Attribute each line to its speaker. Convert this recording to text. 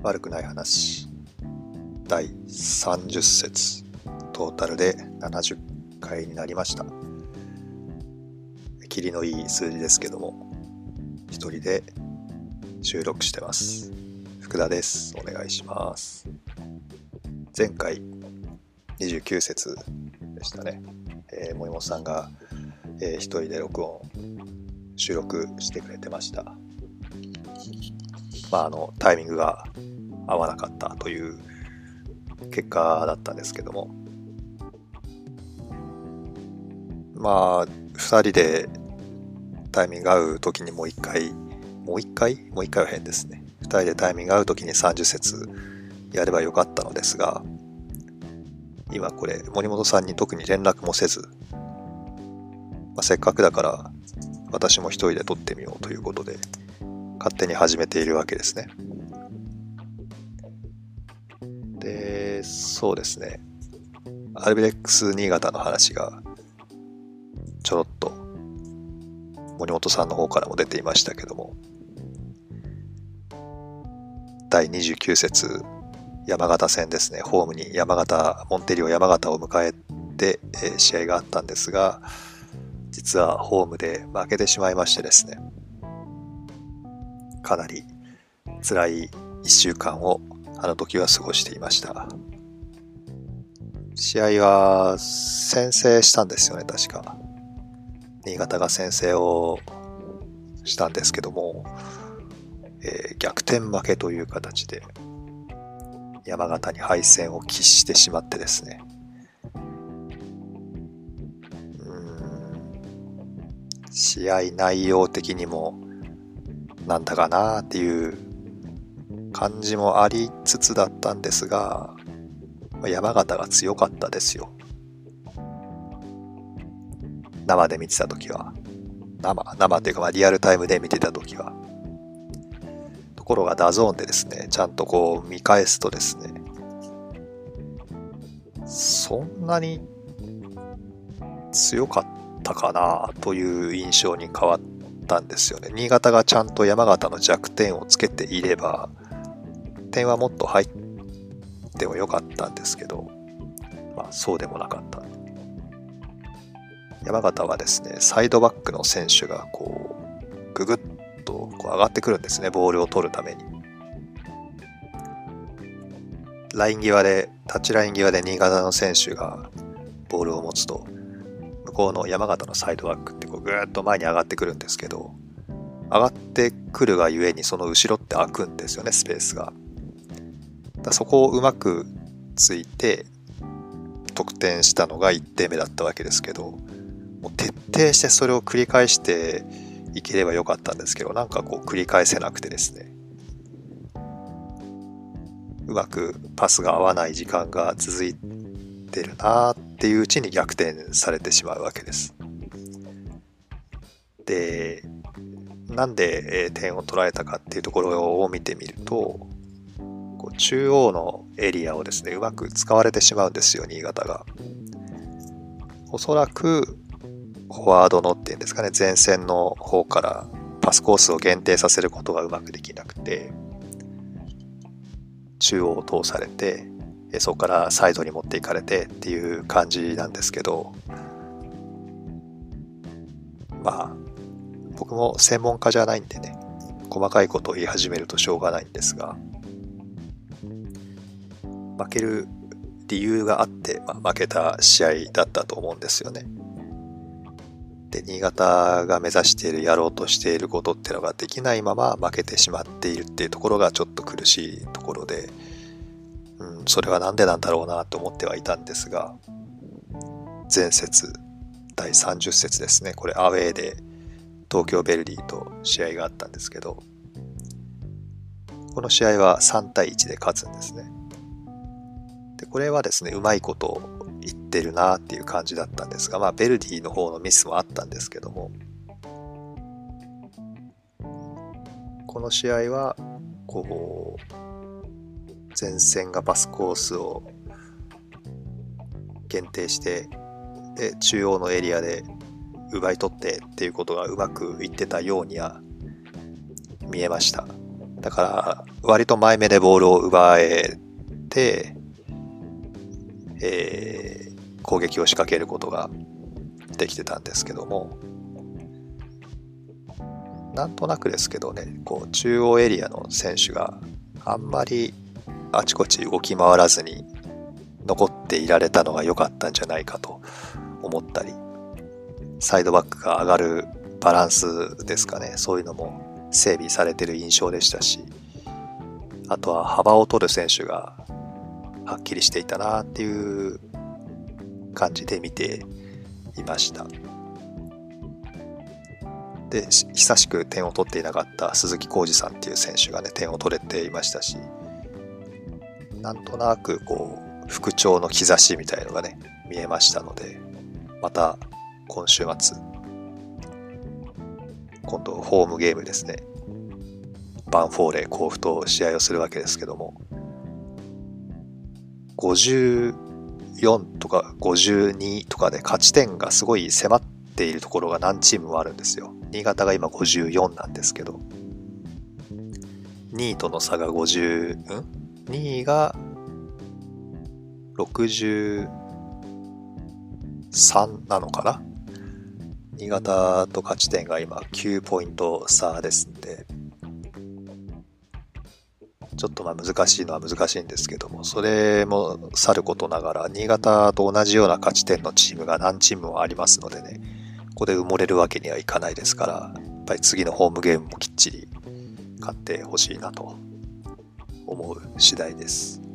Speaker 1: 悪くない話第30節トータルで70回になりました。切りのいい数字ですけども、一人で収録してます。福田です。お願いします。前回29節でしたね。森本さんが、一人で収録してくれてました。タイミングが合わなかったという結果だったんですけども、2人でタイミング合う時にもう一回は変ですね。2人でタイミング合う時に30節やればよかったのですが、今これ森本さんに特に連絡もせず、せっかくだから私も一人で撮ってみようということで勝手に始めているわけですね。で、そうですね、アルビレックス新潟の話がちょろっと森本さんの方からも出ていましたけども、第29節山形戦ですね、ホームにモンテリオ山形を迎えて、試合があったんですが、実はホームで負けてしまいましてですね、かなり辛い1週間をあの時は過ごしていました。試合は先制したんですよね、確か。新潟が先制をしたんですけども、逆転負けという形で山形に敗戦を喫してしまってですね、試合内容的にもなんだかなっていう感じもありつつだったんですが、山形が強かったですよ。生で見てた時は、生っていうかリアルタイムで見てた時は。ところがダゾーンでですね、ちゃんと見返すとですね、そんなに強かったかなという印象に変わったんですよね。新潟がちゃんと山形の弱点をつけていれば点はもっと入ってもよかったんですけど、そうでもなかった。山形はですね、サイドバックの選手がググッと上がってくるんですね、ボールを取るために。タッチライン際で新潟の選手がボールを持つと、向こうの山形のサイドバックってぐーっと前に上がってくるんですけど、上がってくるがゆえにその後ろって開くんですよね、スペースが。そこをうまくついて得点したのが1点目だったわけですけど、もう徹底してそれを繰り返していければよかったんですけど、繰り返せなくてですね、うまくパスが合わない時間が続いてるなっていううちに逆転されてしまうわけです。で、なんで点を取られたかっていうところを見てみると、中央のエリアをですね、うまく使われてしまうんですよ、新潟が。おそらくフォワードのっていうんですかね、前線の方からパスコースを限定させることがうまくできなくて、中央を通されて、そこからサイドに持っていかれてっていう感じなんですけど、僕も専門家じゃないんでね、細かいことを言い始めるとしょうがないんですが、負ける理由があって、負けた試合だったと思うんですよね。で、新潟が目指している、やろうとしていることっていうのができないまま負けてしまっているっていうところがちょっと苦しいところで、それはなんでなんだろうなと思ってはいたんですが、前節第30節ですね、これアウェーで東京ヴェルディと試合があったんですけど、この試合は3対1で勝つんですね。で、これはですね、うまいこと言ってるなっていう感じだったんですが、ヴェルディの方のミスもあったんですけども、この試合は前線がパスコースを限定して、で中央のエリアで奪い取ってっていうことがうまくいってたようには見えました。 だから割と前目でボールを奪えて、攻撃を仕掛けることができてたんですけども、なんとなくですけどね、こう中央エリアの選手があんまりあちこち動き回らずに残っていられたのが良かったんじゃないかと思ったり、サイドバックが上がるバランスですかね、そういうのも整備されてる印象でしたし、あとは幅を取る選手がはっきりしていたなっていう感じで見ていました。で、久しく点を取っていなかった鈴木浩二さんっていう選手がね、点を取れていましたし、なんとなくこう復調の兆しみたいのがね見えましたので、また今週末今度ホームゲームですね、バンフォーレ甲府と試合をするわけですけども、54とか52とかで勝ち点がすごい迫っているところが何チームもあるんですよ。新潟が今54なんですけど、2位との差が2位が63なのかな。新潟と勝ち点が今9ポイント差ですんで、ちょっと難しいのは難しいんですけども、それもさることながら新潟と同じような勝ち点のチームが何チームもありますのでね、ここで埋もれるわけにはいかないですから、やっぱり次のホームゲームもきっちり勝ってほしいなと思う次第です。